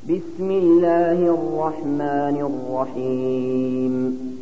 بسم الله الرحمن الرحيم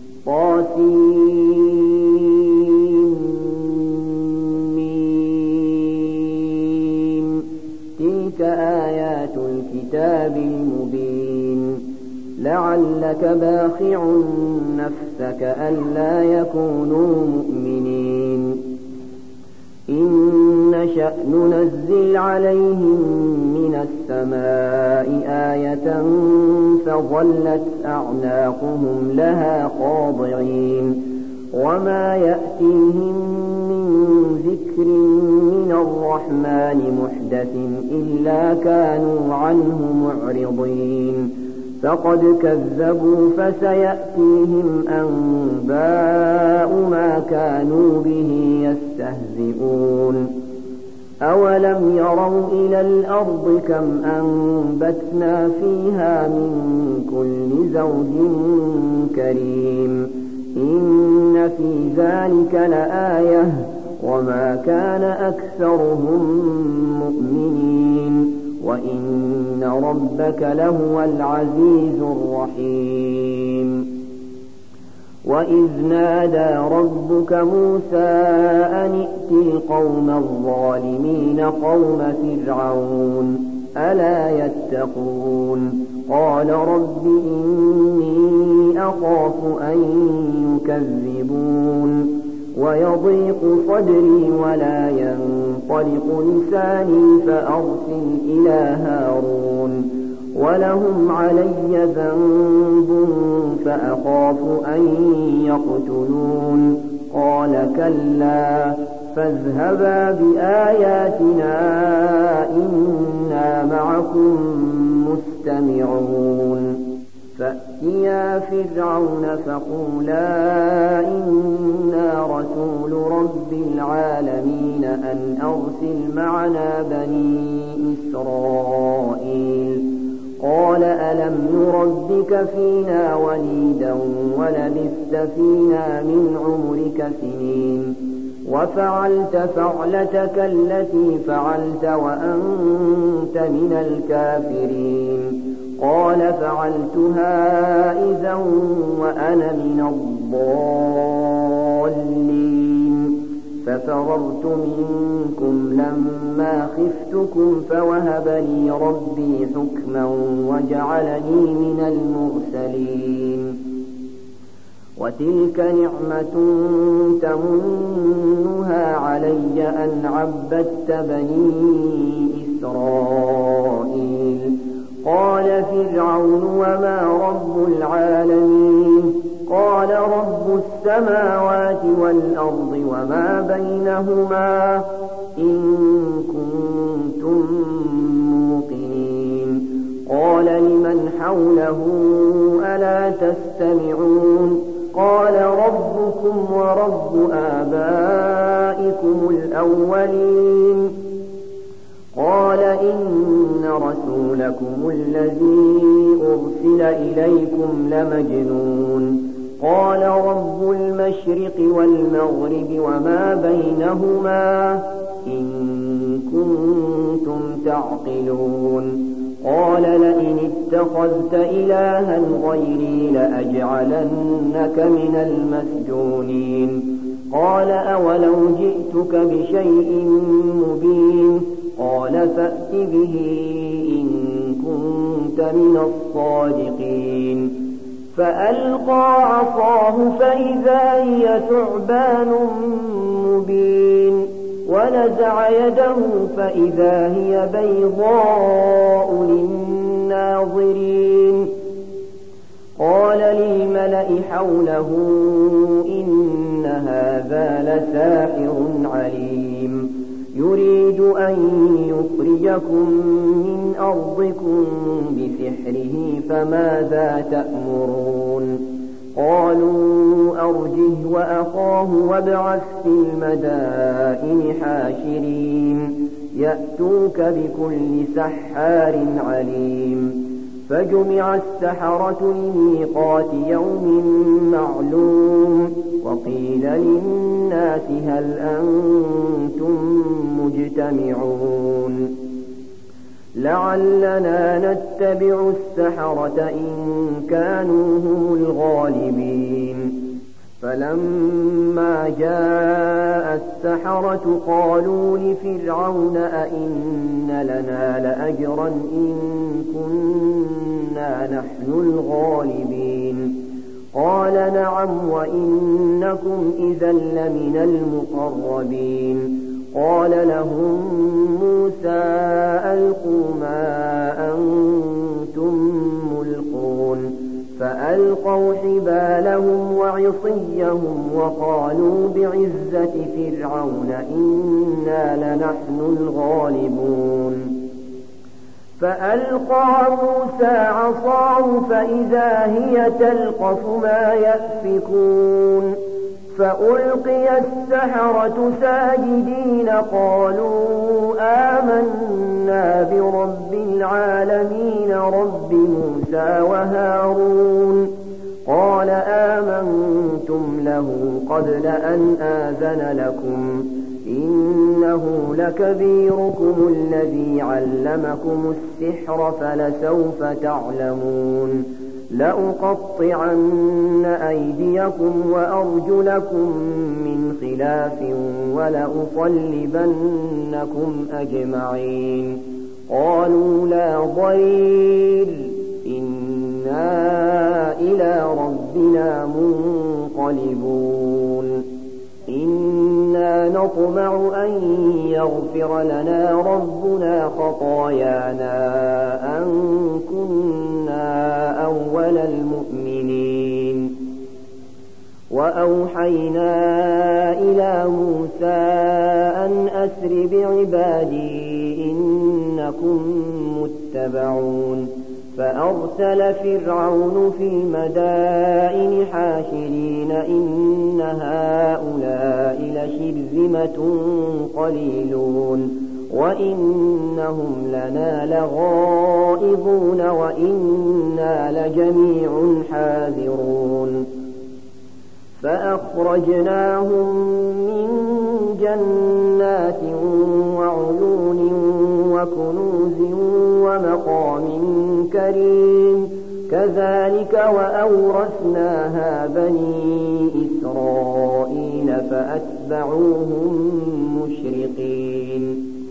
طاسيم تلك آيات الكتاب المبين لعلك باخع نفسك ألا يكونوا مؤمنين إن نشأ ننزل عليهم من السماء آية فظلت أعناقهم لها خاضعين وما يأتيهم من ذكر من الرحمن محدث إلا كانوا عنه معرضين فقد كذبوا فسيأتيهم أنباء ما كانوا به يستهزئون أولم يروا إلى الأرض كم أنبتنا فيها من كل زوج كريم إن في ذلك لآية وما كان أكثرهم مؤمنين وإن ربك لهو العزيز الرحيم وإذ نادى ربك موسى أن ائت القوم الظالمين قوم فرعون ألا يتقون قال رب إني أخاف أن يكذبون ويضيق صدري ولا ينطلق لساني فأرسل إلى هارون ولهم علي ذنب فأخاف أن يقتلون قال كلا فاذهبا بآياتنا إنا معكم مستمعون فأتيا فرعون فقولا إنا رسول رب العالمين أن أرسل معنا بني إسرائيل قال ألم نربك فينا وليدا ولبثت فينا من عمرك سنين وفعلت فعلتك التي فعلت وأنت من الكافرين قال فعلتها إذا وأنا من الضالين ففررت منكم لما خفتكم فوهب لي ربي حكما وجعلني من المرسلين وتلك نعمة تمنها علي أن عبدت بني إسرائيل قال فرعون وما رب العالمين قال رب السماوات والأرض وما بينهما إن كنتم موقنين قال لمن حوله ألا تستمعون قال ربكم ورب آبائكم الأولين قال إن رسولكم الذي أرسل إليكم لمجنون قال رب المشرق والمغرب وما بينهما إن كنتم تعقلون قال لئن اتخذت إلها غيري لأجعلنك من المسجونين قال أولو جئتك بشيء مبين قال فأت به إن كنت من الصادقين فألقى عصاه فإذا هي ثعبان مبين ونزع يده فإذا هي بيضاء للناظرين قال للملأ حوله إن هذا لساحر عليم يريد أن يخرجكم من أرضكم بسحره فماذا تأمرون قالوا أرجه وأخاه وابعث في المدائن حاشرين يأتوك بكل سحار عليم فجمع السحرة لميقات يوم معلوم وقيل للناس هل أنتم مجتمعون لعلنا نتبع السحرة إن كانوا هم الغالبين. فلما جاء السحرة قالوا لفرعون أئن لنا لأجرا إن كنا نحن الغالبين. قال نعم وإنكم إذا لمن المقربين. قال لهم موسى ألقوا ما أنتم ملقون. فألقوا حبالهم وعصيهم وقالوا بعزة فرعون إنا لنحن الغالبون. فألقى موسى عصاه فإذا هي تلقف ما يأفكون. فألقي السحرة ساجدين قالوا آمنا برب العالمين رب موسى وهارون. قال آمنتم له قبل أن آذن لكم إنه لكبيركم الذي علمكم السحر فلسوف تعلمون. لأقطعن أيديكم وأرجلكم من خلاف ولأصلبنكم أجمعين. قالوا لا ضير إنا إلى ربنا منقلبون. إنا نطمع أن يغفر لنا ربنا خطايانا أن كنا أول المؤمنين. وأوحينا إلى موسى أن أسر بعبادي إنكم متبعون. فأرسل فرعون في المدائن حاشرين إن هؤلاء لشرذمة قليلون وإنهم لنا لغائظون وإنا لجميع حاذرون. فأخرجناهم من جنات وعيون وكنوز ومقام كريم. كذلك وأورثناها بني إسرائيل فأتبعوهم مشرقين.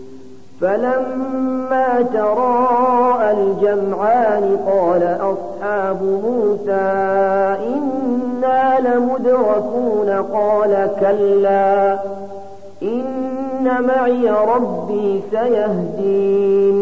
فلما تراءى الجمعان قال أصحاب موسى إنا لمدركون. قال كلا إن معي ربي سيهدين.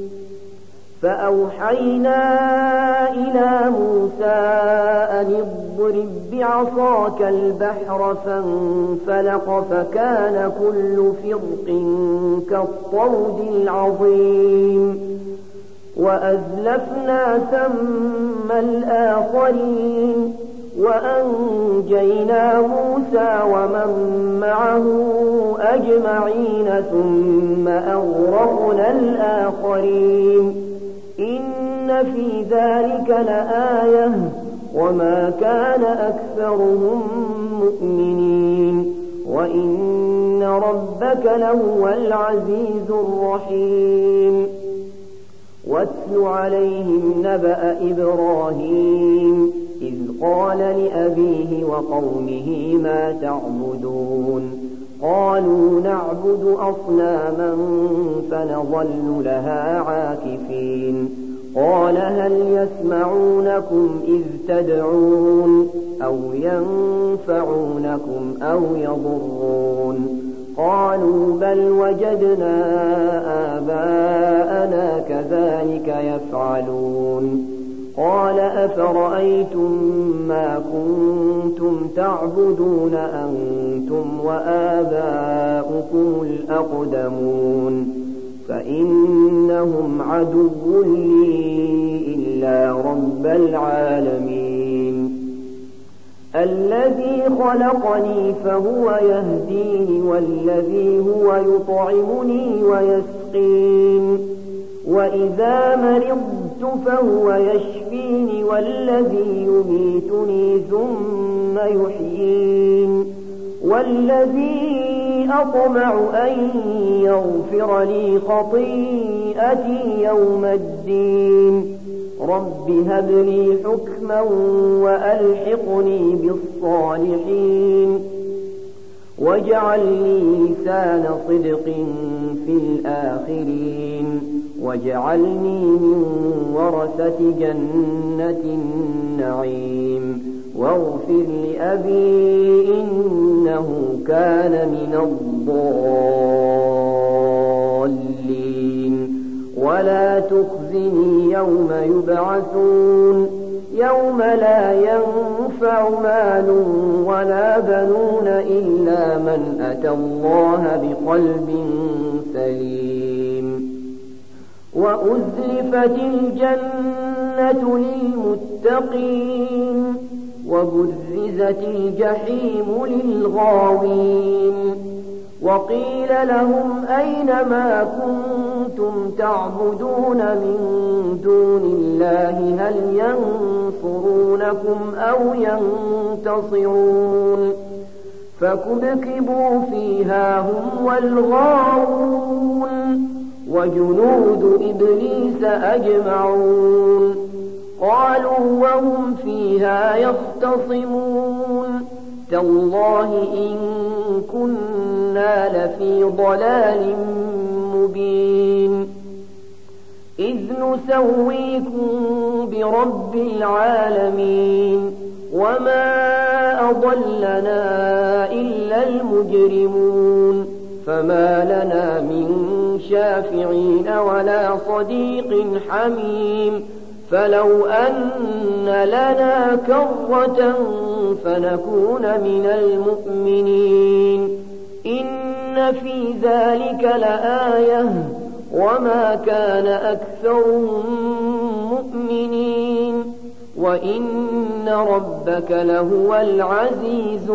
فأوحينا إلى موسى أن اضرب بعصاك البحر فانفلق فكان كل فرق كالطود العظيم. وأزلفنا ثم الآخرين وأنجينا موسى ومن معه أجمعين ثم أغرقنا الآخرين. إن في ذلك لآية وما كان أكثرهم مؤمنين وإن ربك لهو العزيز الرحيم. واتل عليهم نبأ إبراهيم إذ قال لأبيه وقومه ما تعبدون. قالوا نعبد أصناما فنظل لها عاكفين. قال هل يسمعونكم إذ تدعون أو ينفعونكم أو يضرون. قالوا بل وجدنا آباءنا كذلك يفعلون. قال أفرأيتم ما كنتم تعبدون أنتم وآباؤكم الأقدمون فإنهم عدو لي إلا رب العالمين. الذي خلقني فهو يهديني والذي هو يطعمني ويسقين. وإذا مرضت فهو يشفيني والذي يميتني ثم يحيين. والذي أطمع أن يغفر لي خطيئتي يوم الدين رب هب لي حكما وألحقني بالصالحين واجعل لي لسان صدق في الآخرين واجعلني من ورثة جنة النعيم واغفر لأبي إنه كان من الضالين ولا تخزني يوم يبعثون يوم لا ينفع مال ولا بنون إلا من أتى الله بقلب سليم وأزلفت الجنة للمتقين وبرزت الجحيم للغاوين وقيل لهم أين ما كنتم تعبدون من دون الله هل ينصرونكم أو ينتصرون فكبكبوا فيها هم والغاوون وجنود إبليس أجمعون قالوا وهم فيها يختصمون تالله إن كنا لفي ضلال مبين إذ نسويكم برب العالمين وما أضلنا إلا المجرمون فما لنا من شافعين ولا صديق حميم فلو أن لنا كرة فنكون من المؤمنين إن في ذلك لآية وما كان أكثرهم مؤمنين وإن ربك لهو العزيز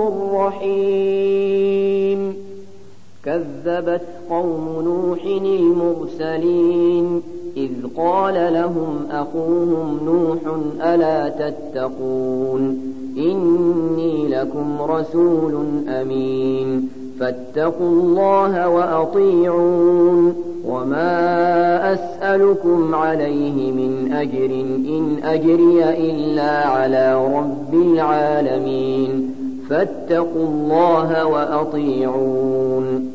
الرحيم كذبت قوم نوح المرسلين إذ قال لهم أخوهم نوح ألا تتقون إني لكم رسول أمين فاتقوا الله وأطيعون وما أسألكم عليه من أجر إن أجري إلا على رب العالمين فاتقوا الله وأطيعون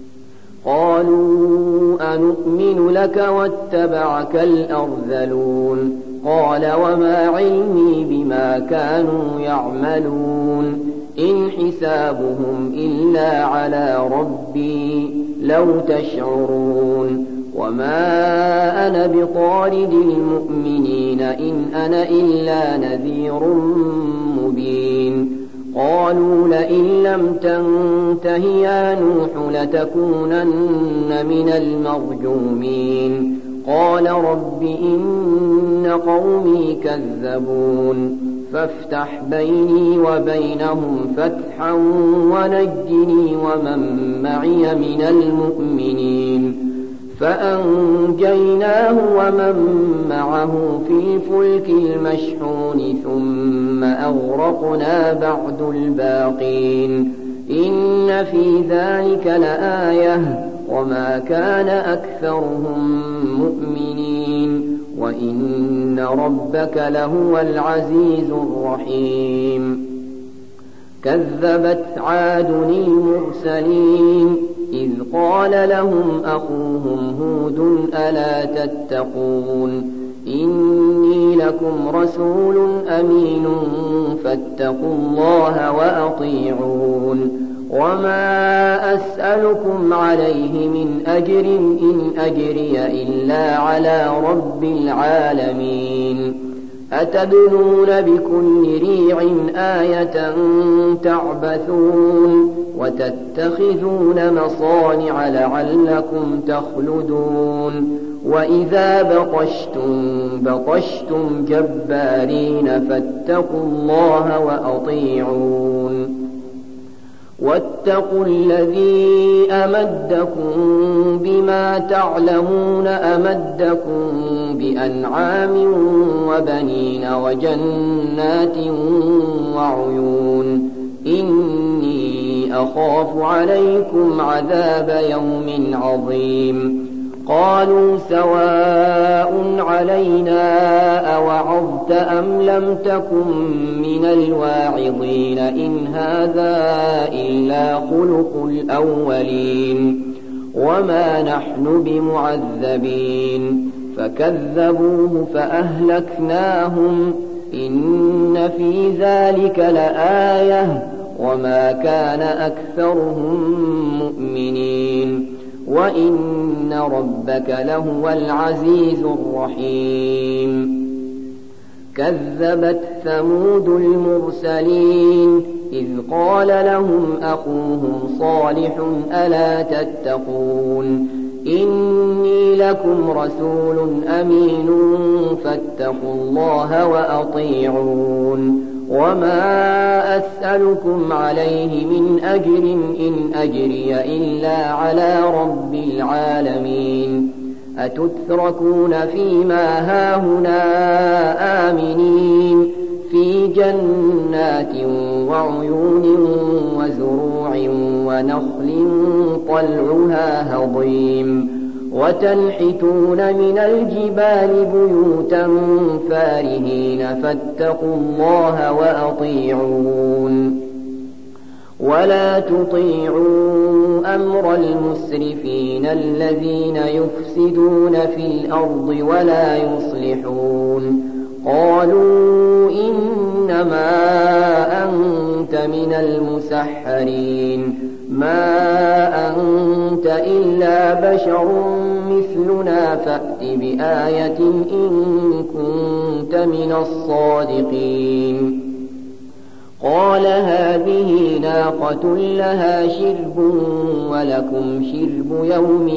قالوا أنؤمن لك واتبعك الأرذلون قال وما علمي بما كانوا يعملون إن حسابهم إلا على ربي لو تشعرون وما أنا بطارد المؤمنين إن أنا إلا نذير مبين قالوا لئن لم تنته يا نوح لتكونن من المرجومين قال رب إن قومي كذبون فافتح بيني وبينهم فتحا ونجني ومن معي من المؤمنين فأنجيناه ومن معه في الفلك المشحون ثم أغرقنا بعد الباقين إن في ذلك لآية وما كان أكثرهم مؤمنين وإن ربك لهو العزيز الرحيم كذبت عاد المرسلين إذ قال لهم أخوهم هود ألا تتقون إني لكم رسول أمين فاتقوا الله وأطيعون وما أسألكم عليه من أجر إن أجري إلا على رب العالمين أتبنون بكل ريع آية تعبثون وتتخذون مصانع لعلكم تخلدون وإذا بطشتم جبارين فاتقوا الله وأطيعون واتقوا الذي أمدكم بما تعلمون أمدكم بأنعام وبنين وجنات وعيون إني أخاف عليكم عذاب يوم عظيم قالوا سواء علينا أوعظت أم لم تكن من الواعظين إن هذا إلا خلق الأولين وما نحن بمعذبين فكذبوه فأهلكناهم إن في ذلك لآية وما كان أكثرهم مؤمنين وإن ربك لهو العزيز الرحيم كذبت ثمود المرسلين إذ قال لهم أخوهم صالح ألا تتقون إني لكم رسول أمين فاتقوا الله وأطيعون وما أسألكم عليه من أجر إن أجري إلا على رب العالمين أتتركون فيما هاهنا آمنين في جنات وعيون وزروع ونخل طلعها هضيم وتنحتون من الجبال بيوتا فارهين فاتقوا الله وأطيعون ولا تطيعوا أمر المسرفين الذين يفسدون في الأرض ولا يصلحون قالوا إنما أنت من المسحرين ما أنت إلا بشر مثلنا فأت بآية إن كنت من الصادقين قال هذه ناقة لها شرب ولكم شرب يوم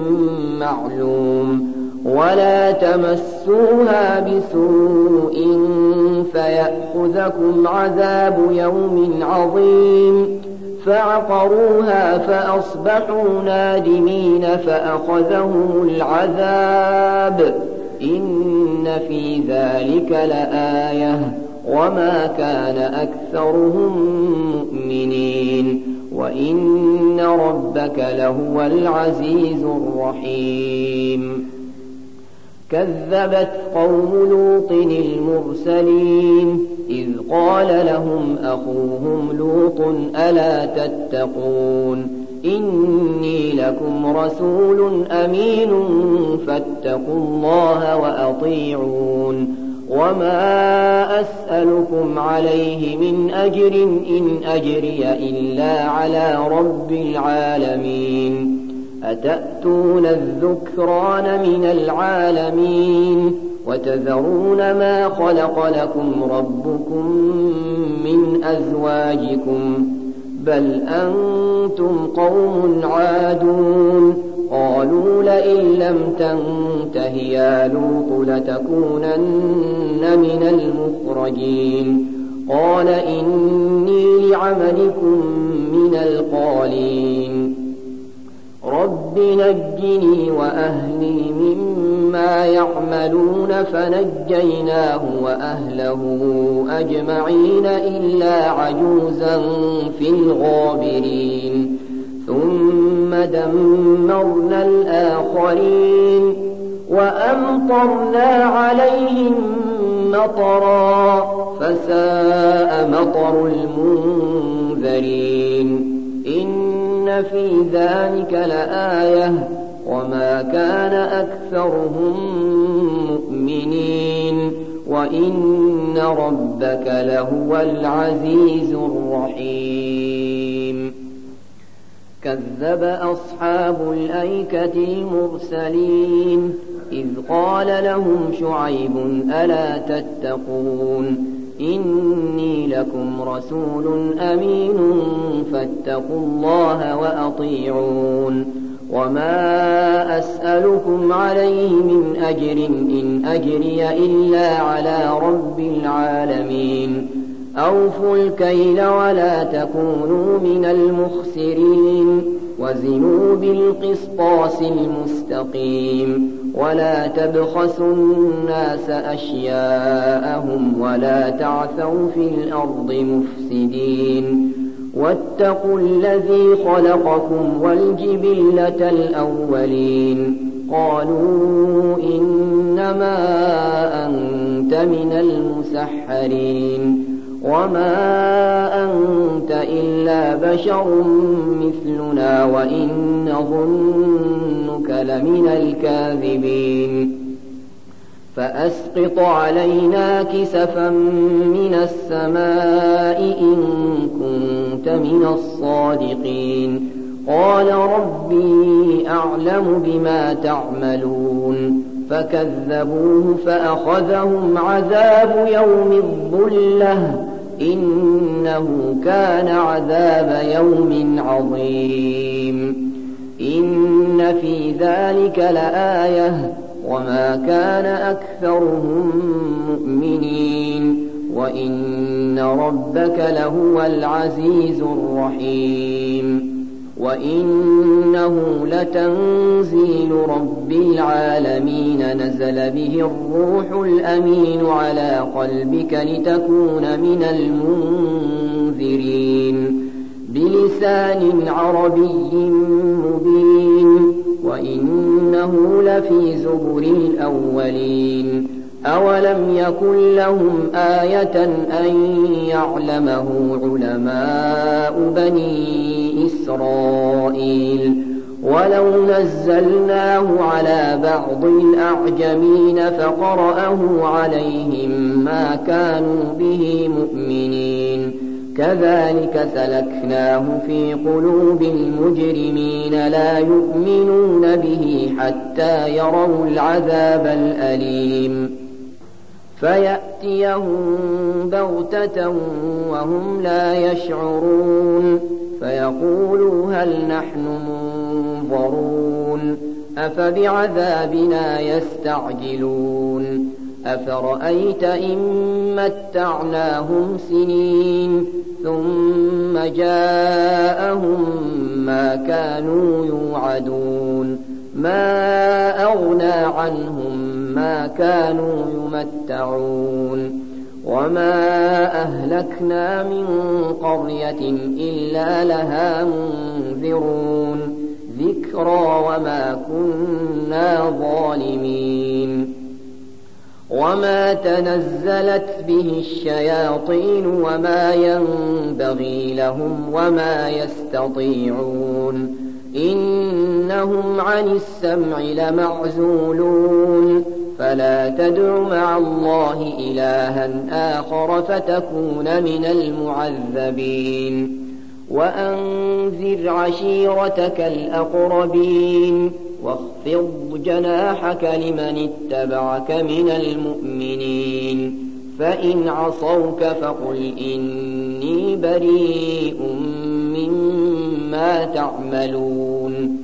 معلوم ولا تمسوها بسوء فيأخذكم عذاب يوم عظيم فعقروها فأصبحوا نادمين فأخذهم العذاب إن في ذلك لآية وما كان أكثرهم مؤمنين وإن ربك لهو العزيز الرحيم كذبت قوم لوط المرسلين إذ قال لهم أخوهم لوط ألا تتقون إني لكم رسول أمين فاتقوا الله وأطيعون وما أسألكم عليه من أجر إن أجري إلا على رب العالمين أتأتون الذكران من العالمين وتذرون ما خلق لكم ربكم من أزواجكم بل أنتم قوم عادون قالوا لئن لم تنته يا لوط لتكونن من المخرجين قال إني لعملكم من القالين رب نجني وأهلي مما يعملون فنجيناه وأهله أجمعين إلا عجوزا في الغابرين ثم دمرنا الآخرين وأمطرنا عليهم مطرا فساء مطر المنذرين إن في ذلك لآية وما كان أكثرهم مؤمنين وإن ربك لهو العزيز الرحيم كذب أصحاب الأيكة المرسلين إذ قال لهم شعيب ألا تتقون إني لكم رسول أمين فاتقوا الله وأطيعون وما أسألكم عليه من أجر إن أجري إلا على رب العالمين أوفوا الكيل ولا تكونوا من المخسرين وزنوا بالقسطاس المستقيم ولا تبخسوا الناس أشياءهم ولا تعثوا في الأرض مفسدين واتقوا الذي خلقكم والجبلة الأولين قالوا إنما أنت من المسحرين وما أنت إلا بشر مثلنا وإن نظنك لمن الكاذبين فأسقط علينا كسفا من السماء إن كنت من الصادقين قال ربي أعلم بما تعملون فكذبوه فأخذهم عذاب يوم الظلة إنه كان عذاب يوم عظيم إن في ذلك لآية وما كان أكثرهم مؤمنين وإن ربك لهو العزيز الرحيم وإنه لتنزيل رب العالمين نزل به الروح الأمين على قلبك لتكون من المنذرين بلسان عربي مبين وإنه لفي زبر الأولين أولم يكن لهم آية أن يعلمه علماء بني إسرائيل ولو نزلناه على بعض الأعجمين فقرأه عليهم ما كانوا به مؤمنين كذلك سلكناه في قلوب المجرمين لا يؤمنون به حتى يروا العذاب الأليم فيأتيهم بغتة وهم لا يشعرون فيقولوا هل نحن منظرون أفبعذابنا يستعجلون أفرأيت إن متعناهم سنين ثم جاءهم ما كانوا يوعدون ما أغنى عنهم ما كانوا يمتعون وما أهلكنا من قرية إلا لها منذرون ذكرى وما كنا ظالمين وما تنزلت به الشياطين وما ينبغي لهم وما يستطيعون إنهم عن السمع لمعزولون فلا تدع مع الله إلها آخر فتكون من المعذبين وأنذر عشيرتك الأقربين واخفض جناحك لمن اتبعك من المؤمنين فإن عصوك فقل إني بريء مما تعملون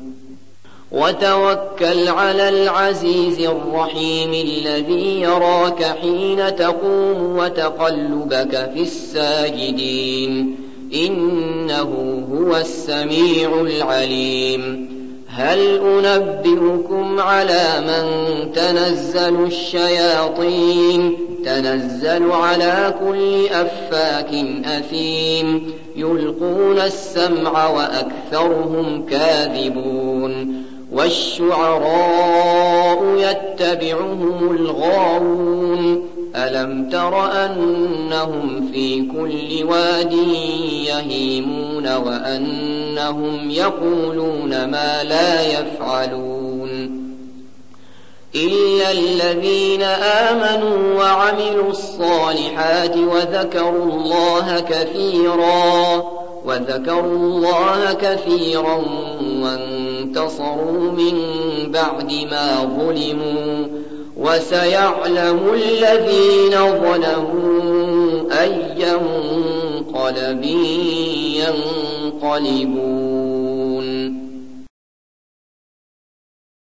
وتوكل على العزيز الرحيم الذي يراك حين تقوم وتقلبك في الساجدين إنه هو السميع العليم هل أنبئكم على من تنزل الشياطين تنزل على كل أفاك أثيم يلقون السمع وأكثرهم كاذبون والشعراء يتبعهم الغاوون ألم تر أنهم في كل واد يهيمون وأنهم يقولون ما لا يفعلون إلا الذين آمنوا وعملوا الصالحات وذكروا الله كثيرا وانتصروا من بعد ما ظلموا وسيعلم الذين ظلموا أي منقلب ينقلبون